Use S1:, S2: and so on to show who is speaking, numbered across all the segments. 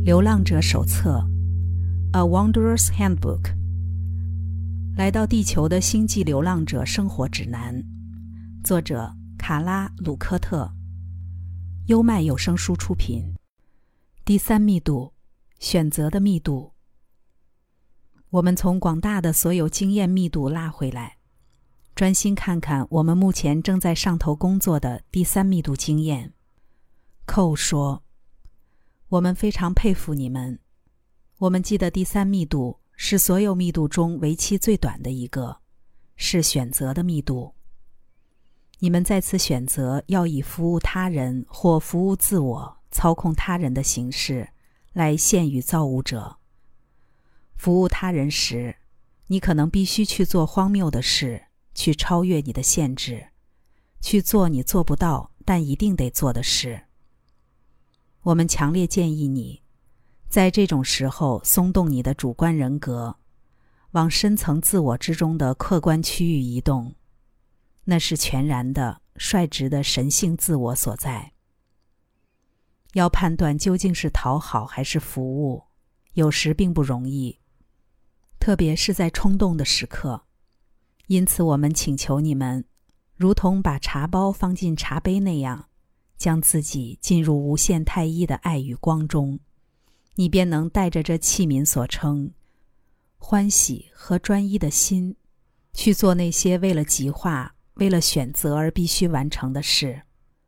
S1: 流浪者手册 A Wanderer's Handbook 来到地球的星际流浪者生活指南，作者卡拉·鲁科特，优麦有声书出品。第3密度，选择的密度。我们从广大的所有经验密度拉回来，专心看看我们目前正在上头工作的第3密度经验。寇说，我们非常佩服你们。我们记得第3密度是所有密度中为期最短的一个，是选择的密度。你们在此选择要以服务他人或服务自我、操控他人的形式来献与造物者。服务他人时，你可能必须去做荒谬的事，去超越你的限制，去做你做不到但一定得做的事。我们强烈建议你在这种时候松动你的主观人格，往深层自我之中的客观区域移动，那是全然的、率直的神性自我所在。要判断究竟是讨好还是服务，有时并不容易，特别是在冲动的时刻。因此我们请求你们，如同把茶包放进茶杯那样，将自己进入无限太一的爱与光中，你便能带着这器皿所称欢喜和专一的心，去做那些为了极化、为了选择而必须完成的事。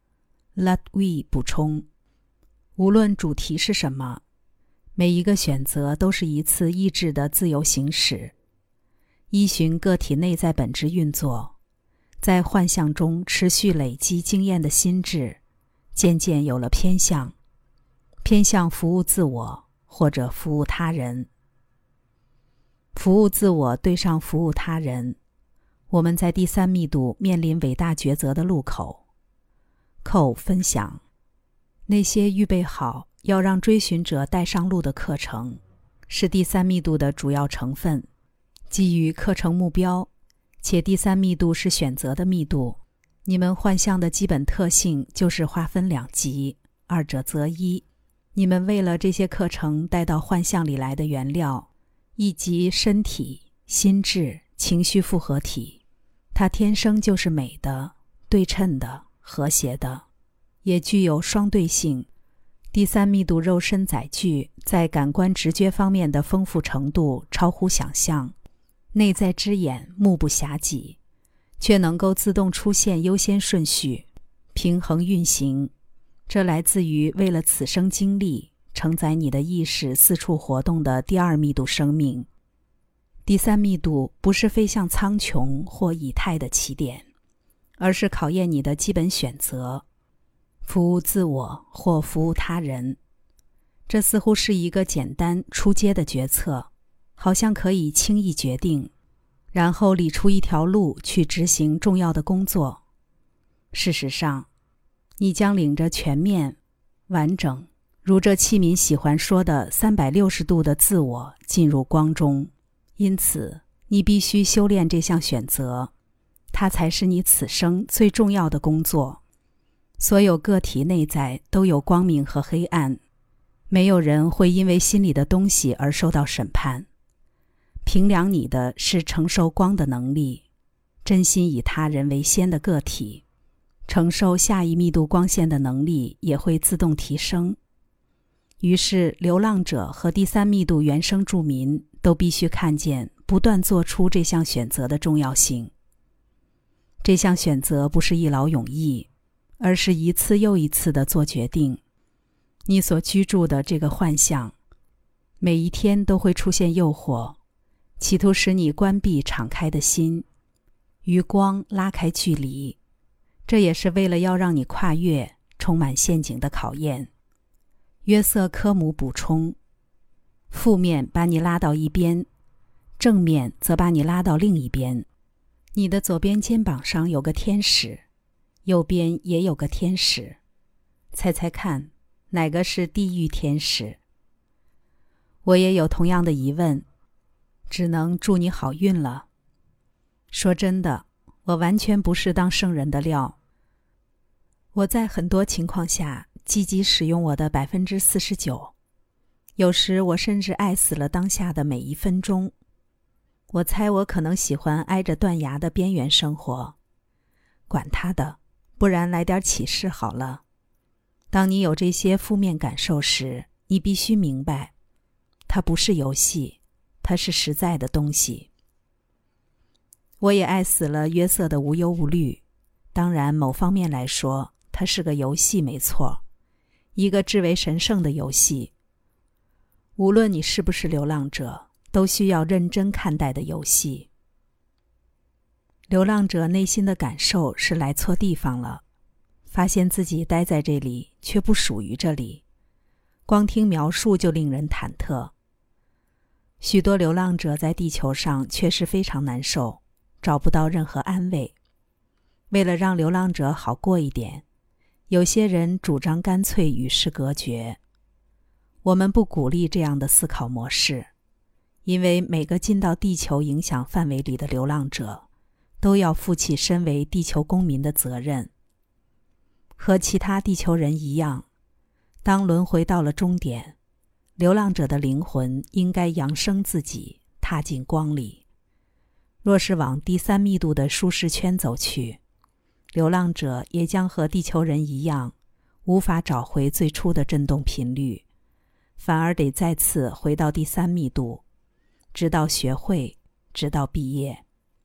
S1: Ludwig 补充，无论主题是什么，每一个选择都是一次意志的自由行使，依循个体内在本质运作，在幻象中持续累积经验的心智，渐渐有了偏向服务自我或者服务他人。服务自我对上服务他人，我们在第3密度面临伟大抉择的路口。寇分享，那些预备好要让追寻者带上路的课程，是第3密度的主要成分。基于课程目标，且第3密度是选择的密度，你们幻象的基本特性就是划分2级，二者择一。你们为了这些课程带到幻象里来的原料，一级身体、心智、情绪复合体，它天生就是美的、对称的、和谐的，也具有双对性。第3密度肉身载具在感官直觉方面的丰富程度超乎想象，内在之眼目不暇给，却能够自动出现优先顺序，平衡运行。这来自于为了此生经历承载你的意识四处活动的第2密度生命。第3密度不是飞向苍穹或以太的起点，而是考验你的基本选择，服务自我或服务他人。这似乎是一个简单出阶的决策，好像可以轻易决定，然后理出一条路去执行重要的工作。事实上，你将领着全面、完整，如这器皿喜欢说的360度的自我进入光中。因此，你必须修炼这项选择，它才是你此生最重要的工作。所有个体内在都有光明和黑暗，没有人会因为心里的东西而受到审判。评量你的是承受光的能力，真心以他人为先的个体，承受下一密度光线的能力也会自动提升。于是流浪者和第3密度原生住民都必须看见不断做出这项选择的重要性。这项选择不是一劳永逸，而是一次又一次地做决定。你所居住的这个幻象，每一天都会出现诱惑，企图使你关闭敞开的心，与光拉开距离。这也是为了要让你跨越充满陷阱的考验。约瑟科姆补充，负面把你拉到一边，正面则把你拉到另一边。你的左边肩膀上有个天使，右边也有个天使。猜猜看，哪个是地狱天使？我也有同样的疑问，只能祝你好运了。说真的，我完全不是当圣人的料。我在很多情况下积极使用我的49%， 有时我甚至爱死了当下的每一分钟。我猜我可能喜欢挨着断崖的边缘生活。管他的，不然来点启示好了。当你有这些负面感受时，你必须明白，它不是游戏，它是实在的东西。我也爱死了约瑟的无忧无虑。当然，某方面来说，它是个游戏没错，一个至为神圣的游戏。无论你是不是流浪者，都需要认真看待的游戏。流浪者内心的感受是来错地方了，发现自己待在这里却不属于这里，光听描述就令人忐忑。许多流浪者在地球上确实非常难受，找不到任何安慰。为了让流浪者好过一点，有些人主张干脆与世隔绝。我们不鼓励这样的思考模式，因为每个进到地球影响范围里的流浪者都要负起身为地球公民的责任。和其他地球人一样，当轮回到了终点，流浪者的灵魂应该扬升自己，踏进光里。若是往第三密度的舒适圈走去，流浪者也将和地球人一样，无法找回最初的振动频率，反而得再次回到第三密度，直到学会，直到毕业。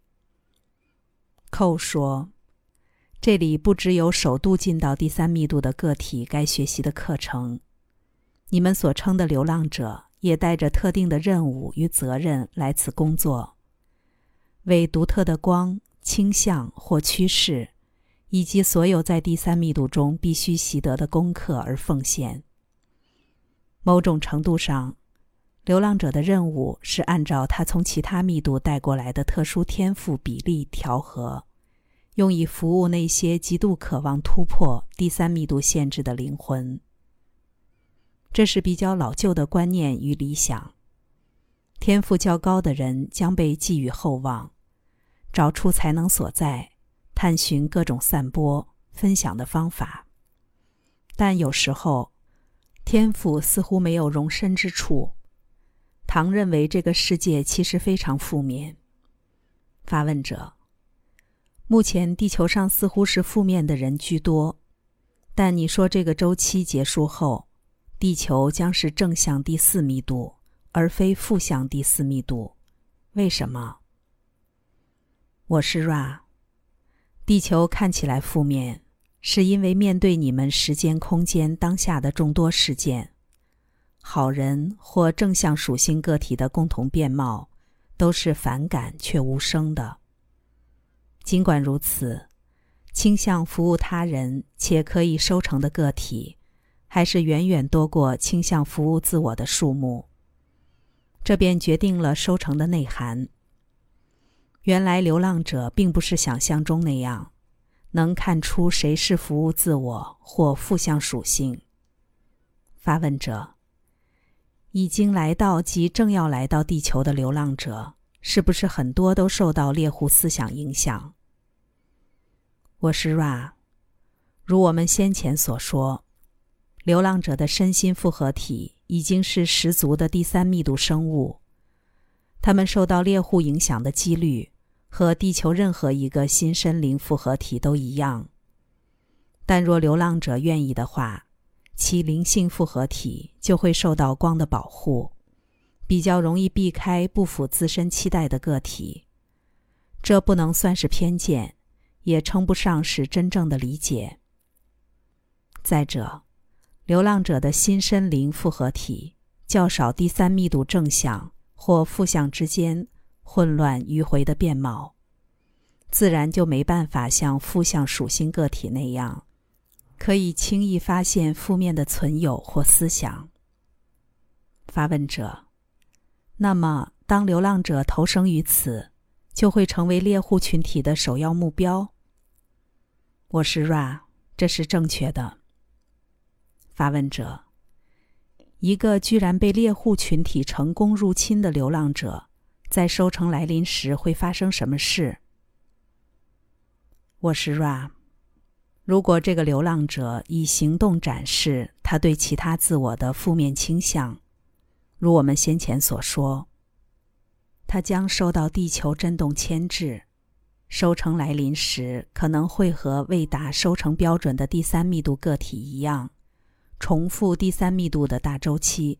S1: 寇说，这里不只有首度进到第三密度的个体该学习的课程，你们所称的流浪者也带着特定的任务与责任来此工作，为独特的光、倾向或趋势，以及所有在第三密度中必须习得的功课而奉献。某种程度上，流浪者的任务是按照他从其他密度带过来的特殊天赋比例调和，用以服务那些极度渴望突破第三密度限制的灵魂。这是比较老旧的观念与理想。天赋较高的人将被寄予厚望，找出才能所在，探寻各种散播、分享的方法。但有时候，天赋似乎没有容身之处。唐认为这个世界其实非常负面。发问者：目前地球上似乎是负面的人居多，但你说这个周期结束后，地球将是正向第四密度，而非负向第四密度，为什么？我是 Ra。 地球看起来负面，是因为面对你们时间空间当下的众多事件，好人或正向属性个体的共同面貌都是反感却无声的。尽管如此，倾向服务他人且可以收成的个体还是远远多过倾向服务自我的数目，这便决定了收成的内涵。原来流浪者并不是想象中那样，能看出谁是服务自我或负向属性。发问者：已经来到及正要来到地球的流浪者，是不是很多都受到猎户思想影响？我是 Ra。 如我们先前所说，流浪者的身心复合体已经是十足的第三密度生物，他们受到猎户影响的几率和地球任何一个新生灵复合体都一样。但若流浪者愿意的话，其灵性复合体就会受到光的保护，比较容易避开不符自身期待的个体。这不能算是偏见，也称不上是真正的理解。再者，流浪者的新生灵复合体较少第三密度正向或负向之间混乱迂回的面貌，自然就没办法像负向属性个体那样，可以轻易发现负面的存有或思想。发问者：那么当流浪者投生于此，就会成为猎户群体的首要目标？我是 Ra， 这是正确的。发问者：一个居然被猎户群体成功入侵的流浪者，在收成来临时会发生什么事？我是 Ra。 如果这个流浪者以行动展示他对其他自我的负面倾向， 如我们先前所说，它将受到地球振动牵制，收成来临时可能会和未达收成标准的第三密度个体一样，重复第三密度的大周期。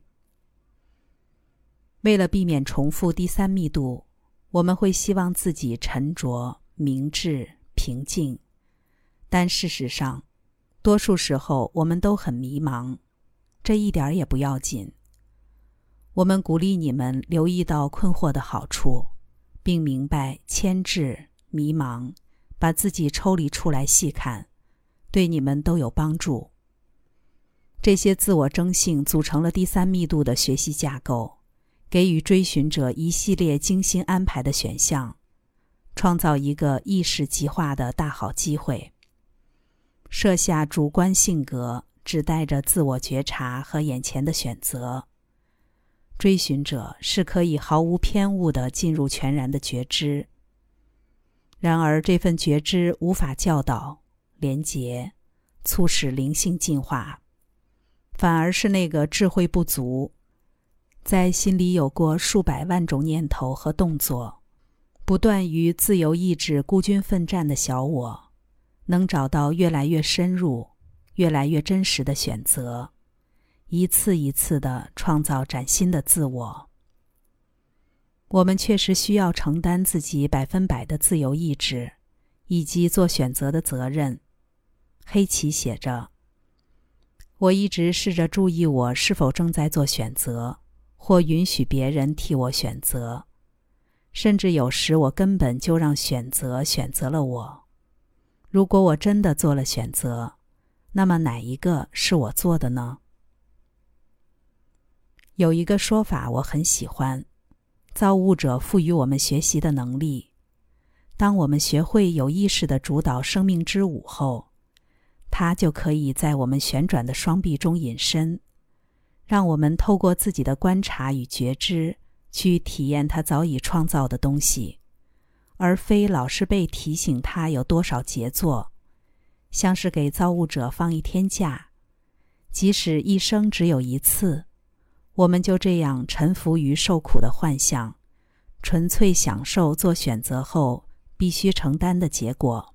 S1: 为了避免重复第三密度，我们会希望自己沉着、明智、平静，但事实上，多数时候我们都很迷茫，这一点也不要紧。我们鼓励你们留意到困惑的好处，并明白牵制、迷茫，把自己抽离出来细看，对你们都有帮助。这些自我征性组成了第三密度的学习架构，给予追寻者一系列精心安排的选项，创造一个意识极化的大好机会。设下主观性格，只带着自我觉察和眼前的选择。追寻者是可以毫无偏误地进入全然的觉知。然而这份觉知无法教导、连结、促使灵性进化，反而是那个智慧不足，在心里有过数百万种念头和动作，不断与自由意志孤军奋战的小我，能找到越来越深入、越来越真实的选择，一次一次地创造崭新的自我。我们确实需要承担自己100%的自由意志，以及做选择的责任。黑棋写着，我一直试着注意我是否正在做选择，或允许别人替我选择，甚至有时我根本就让选择选择了我。如果我真的做了选择，那么哪一个是我做的呢？有一个说法我很喜欢，造物者赋予我们学习的能力。当我们学会有意识地主导生命之舞后，它就可以在我们旋转的双臂中隐身，让我们透过自己的观察与觉知去体验它早已创造的东西，而非老是被提醒它有多少杰作，像是给造物者放一天假。即使一生只有一次，我们就这样臣服于受苦的幻象，纯粹享受做选择后必须承担的结果。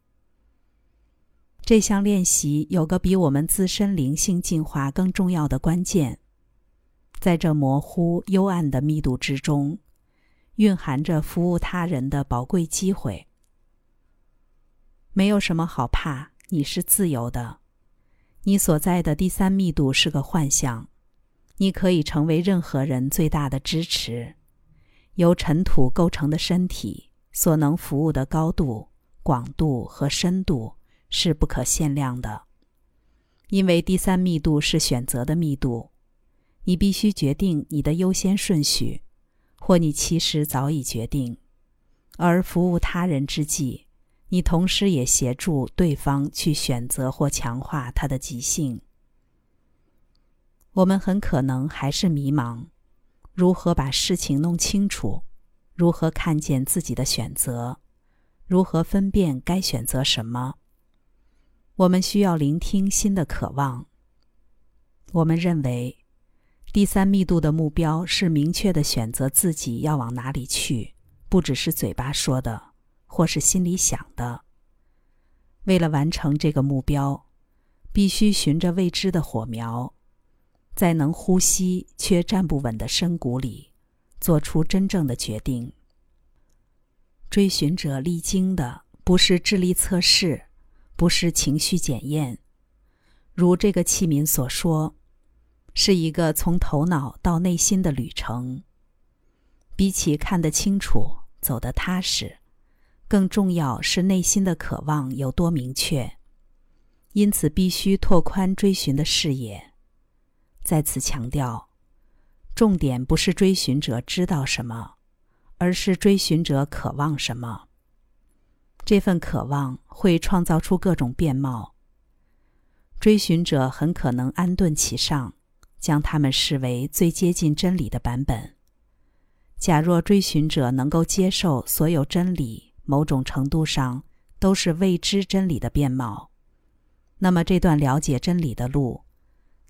S1: 这项练习有个比我们自身灵性进化更重要的关键，在这模糊幽暗的密度之中，蕴含着服务他人的宝贵机会。没有什么好怕，你是自由的。你所在的第三密度是个幻象，你可以成为任何人最大的支持。由尘土构成的身体所能服务的高度、广度和深度是不可限量的。因为第三密度是选择的密度，你必须决定你的优先顺序，或你其实早已决定。而服务他人之际，你同时也协助对方去选择或强化他的极性。我们很可能还是迷茫，如何把事情弄清楚，如何看见自己的选择，如何分辨该选择什么。我们需要聆听新的渴望。我们认为，第三密度的目标是明确地选择自己要往哪里去，不只是嘴巴说的，或是心里想的。为了完成这个目标，必须循着未知的火苗，在能呼吸却站不稳的深谷里，做出真正的决定。追寻者历经的不是智力测试，不是情绪检验，如这个器皿所说，是一个从头脑到内心的旅程。比起看得清楚、走得踏实，更重要是内心的渴望有多明确，因此必须拓宽追寻的视野。再次强调，重点不是追寻者知道什么，而是追寻者渴望什么。这份渴望会创造出各种面貌。追寻者很可能安顿其上，将它们视为最接近真理的版本。假若追寻者能够接受所有真理某种程度上都是未知真理的面貌，那么这段了解真理的路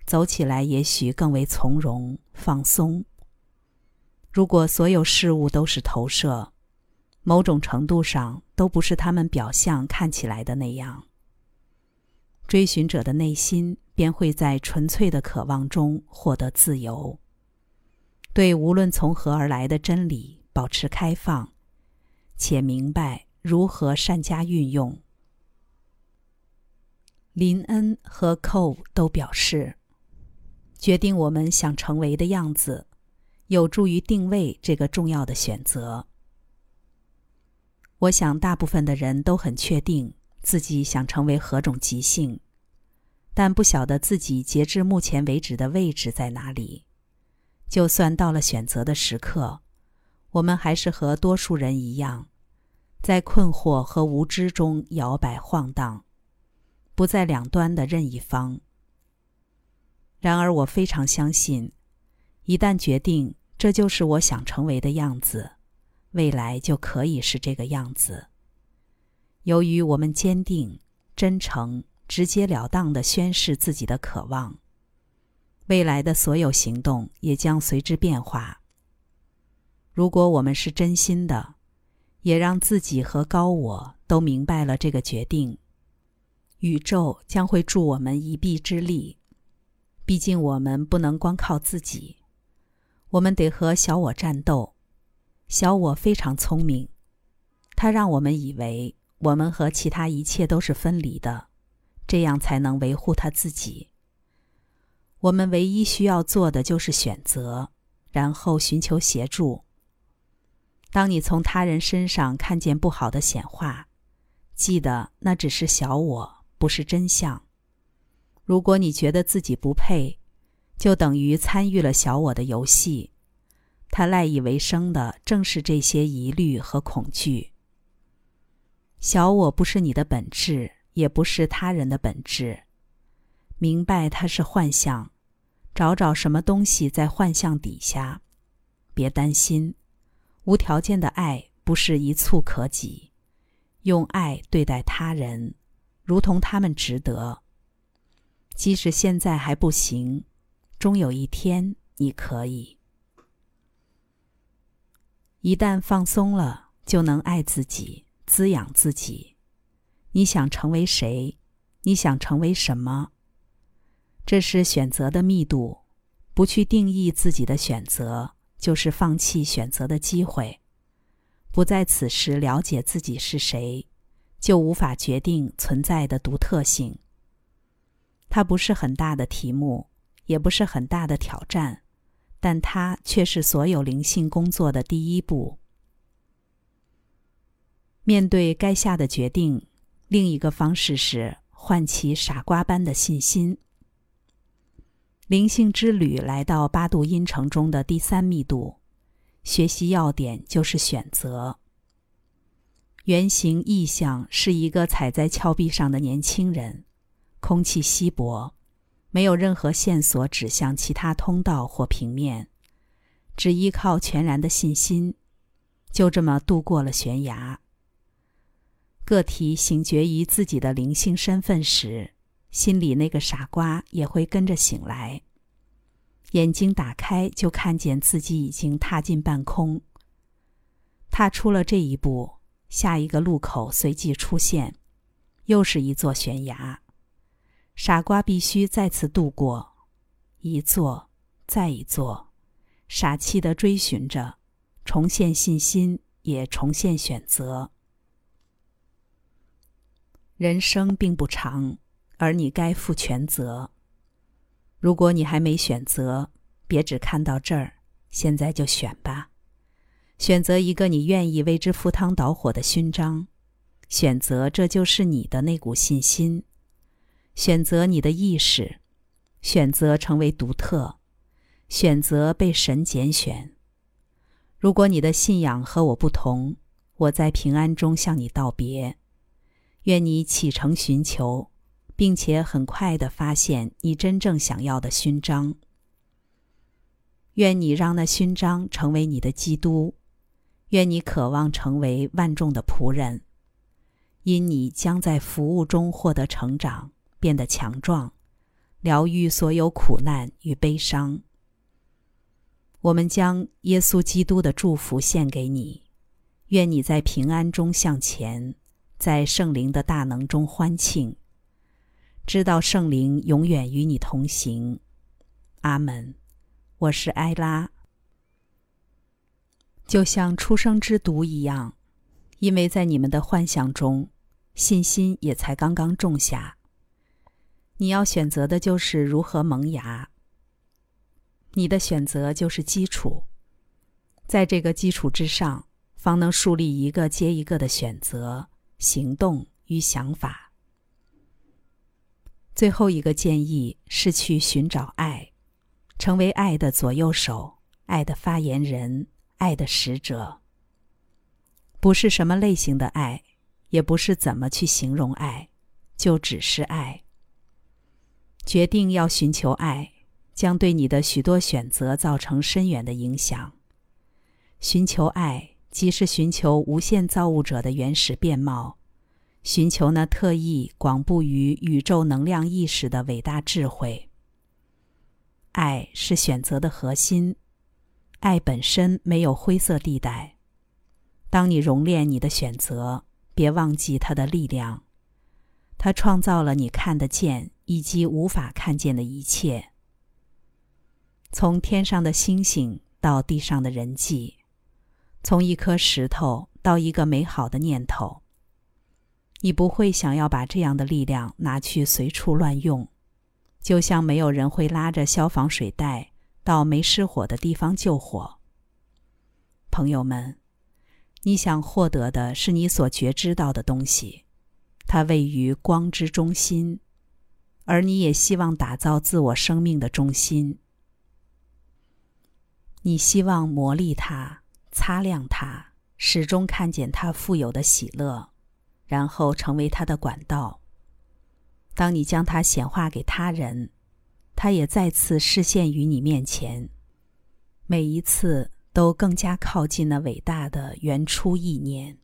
S1: 走起来也许更为从容放松。如果所有事物都是投射，某种程度上都不是他们表象看起来的那样，追寻者的内心便会在纯粹的渴望中获得自由，对无论从何而来的真理保持开放，且明白如何善加运用。林恩和寇都表示，决定我们想成为的样子，有助于定位这个重要的选择。我想大部分的人都很确定自己想成为何种极性，但不晓得自己截至目前为止的位置在哪里。就算到了选择的时刻，我们还是和多数人一样，在困惑和无知中摇摆晃荡，不在两端的任一方。然而我非常相信，一旦决定这就是我想成为的样子，未来就可以是这个样子。由于我们坚定、真诚、直截了当地宣示自己的渴望，未来的所有行动也将随之变化。如果我们是真心的，也让自己和高我都明白了这个决定，宇宙将会助我们一臂之力。毕竟我们不能光靠自己，我们得和小我战斗。小我非常聪明，它让我们以为我们和其他一切都是分离的，这样才能维护它自己。我们唯一需要做的就是选择，然后寻求协助。当你从他人身上看见不好的显化，记得那只是小我，不是真相。如果你觉得自己不配，就等于参与了小我的游戏，他赖以为生的正是这些疑虑和恐惧。小我不是你的本质，也不是他人的本质。明白它是幻象，找什么东西在幻象底下。别担心，无条件的爱不是一蹴可及，用爱对待他人，如同他们值得。即使现在还不行，终有一天你可以。一旦放松了，就能爱自己，滋养自己。你想成为谁？你想成为什么？这是选择的密度，不去定义自己的选择，就是放弃选择的机会。不在此时了解自己是谁，就无法决定存在的独特性。它不是很大的题目，也不是很大的挑战，但它却是所有灵性工作的第一步。面对该下的决定，另一个方式是唤起傻瓜般的信心。灵性之旅来到八度音程中的第3密度，学习要点就是选择。原型意象是一个踩在峭壁上的年轻人，空气稀薄，没有任何线索指向其他通道或平面，只依靠全然的信心，就这么渡过了悬崖。个体醒觉于自己的灵性身份时，心里那个傻瓜也会跟着醒来。眼睛打开就看见自己已经踏进半空。踏出了这一步，下一个路口随即出现，又是一座悬崖。傻瓜必须再次渡过，一座再一座，傻气地追寻着，重现信心，也重现选择。人生并不长，而你该负全责。如果你还没选择，别只看到这儿，现在就选吧。选择一个你愿意为之赴汤蹈火的勋章，选择这就是你的那股信心，选择你的意识，选择成为独特，选择被神拣选。如果你的信仰和我不同，我在平安中向你道别。愿你启程寻求，并且很快地发现你真正想要的勋章。愿你让那勋章成为你的基督，愿你渴望成为万众的仆人，因你将在服务中获得成长，变得强壮， 疗愈所有苦难与悲伤。我们将耶稣基督的祝福献给你，愿你在平安中向前，在圣灵的大能中欢庆，知道圣灵永远与你同行。阿们。我是埃拉。就像初生之犊一样，因为在你们的幻想中，信心也才刚刚种下。你要选择的就是如何萌芽。你的选择就是基础，在这个基础之上，方能树立一个接一个的选择、行动与想法。最后一个建议是去寻找爱，成为爱的左右手，爱的发言人，爱的使者。不是什么类型的爱，也不是怎么去形容爱，就只是爱。决定要寻求爱，将对你的许多选择造成深远的影响。寻求爱，即是寻求无限造物者的原始面貌，寻求那特意广布于宇宙能量意识的伟大智慧。爱是选择的核心，爱本身没有灰色地带。当你熔炼你的选择，别忘记它的力量。它创造了你看得见以及无法看见的一切。从天上的星星到地上的人迹，从一颗石头到一个美好的念头，你不会想要把这样的力量拿去随处乱用，就像没有人会拉着消防水带到没失火的地方救火。朋友们，你想获得的是你所觉知到的东西，它位于光之中心，而你也希望打造自我生命的中心。你希望磨砺它，擦亮它，始终看见它富有的喜乐，然后成为它的管道。当你将它显化给他人，它也再次示现于你面前，每一次都更加靠近那伟大的原初意念。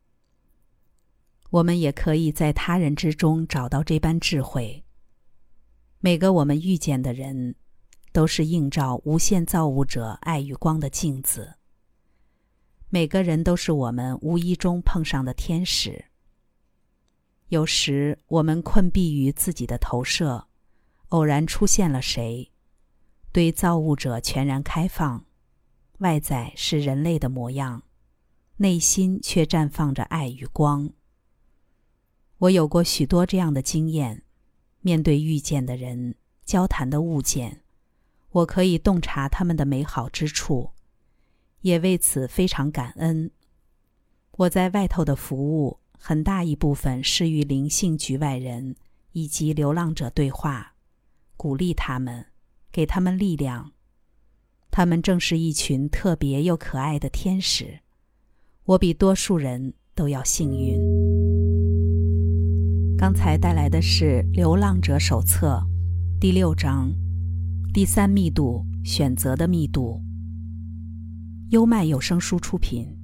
S1: 我们也可以在他人之中找到这般智慧。每个我们遇见的人，都是映照无限造物者爱与光的镜子。每个人都是我们无意中碰上的天使。有时我们困闭于自己的投射，偶然出现了谁，对造物者全然开放，外在是人类的模样，内心却绽放着爱与光。我有过许多这样的经验，面对遇见的人，交谈的物件，我可以洞察他们的美好之处，也为此非常感恩。我在外头的服务，很大一部分是与灵性局外人以及流浪者对话，鼓励他们，给他们力量。他们正是一群特别又可爱的天使，我比多数人都要幸运。刚才带来的是《流浪者手册》第6章，第3密度，选择的密度。优麦有声书出品。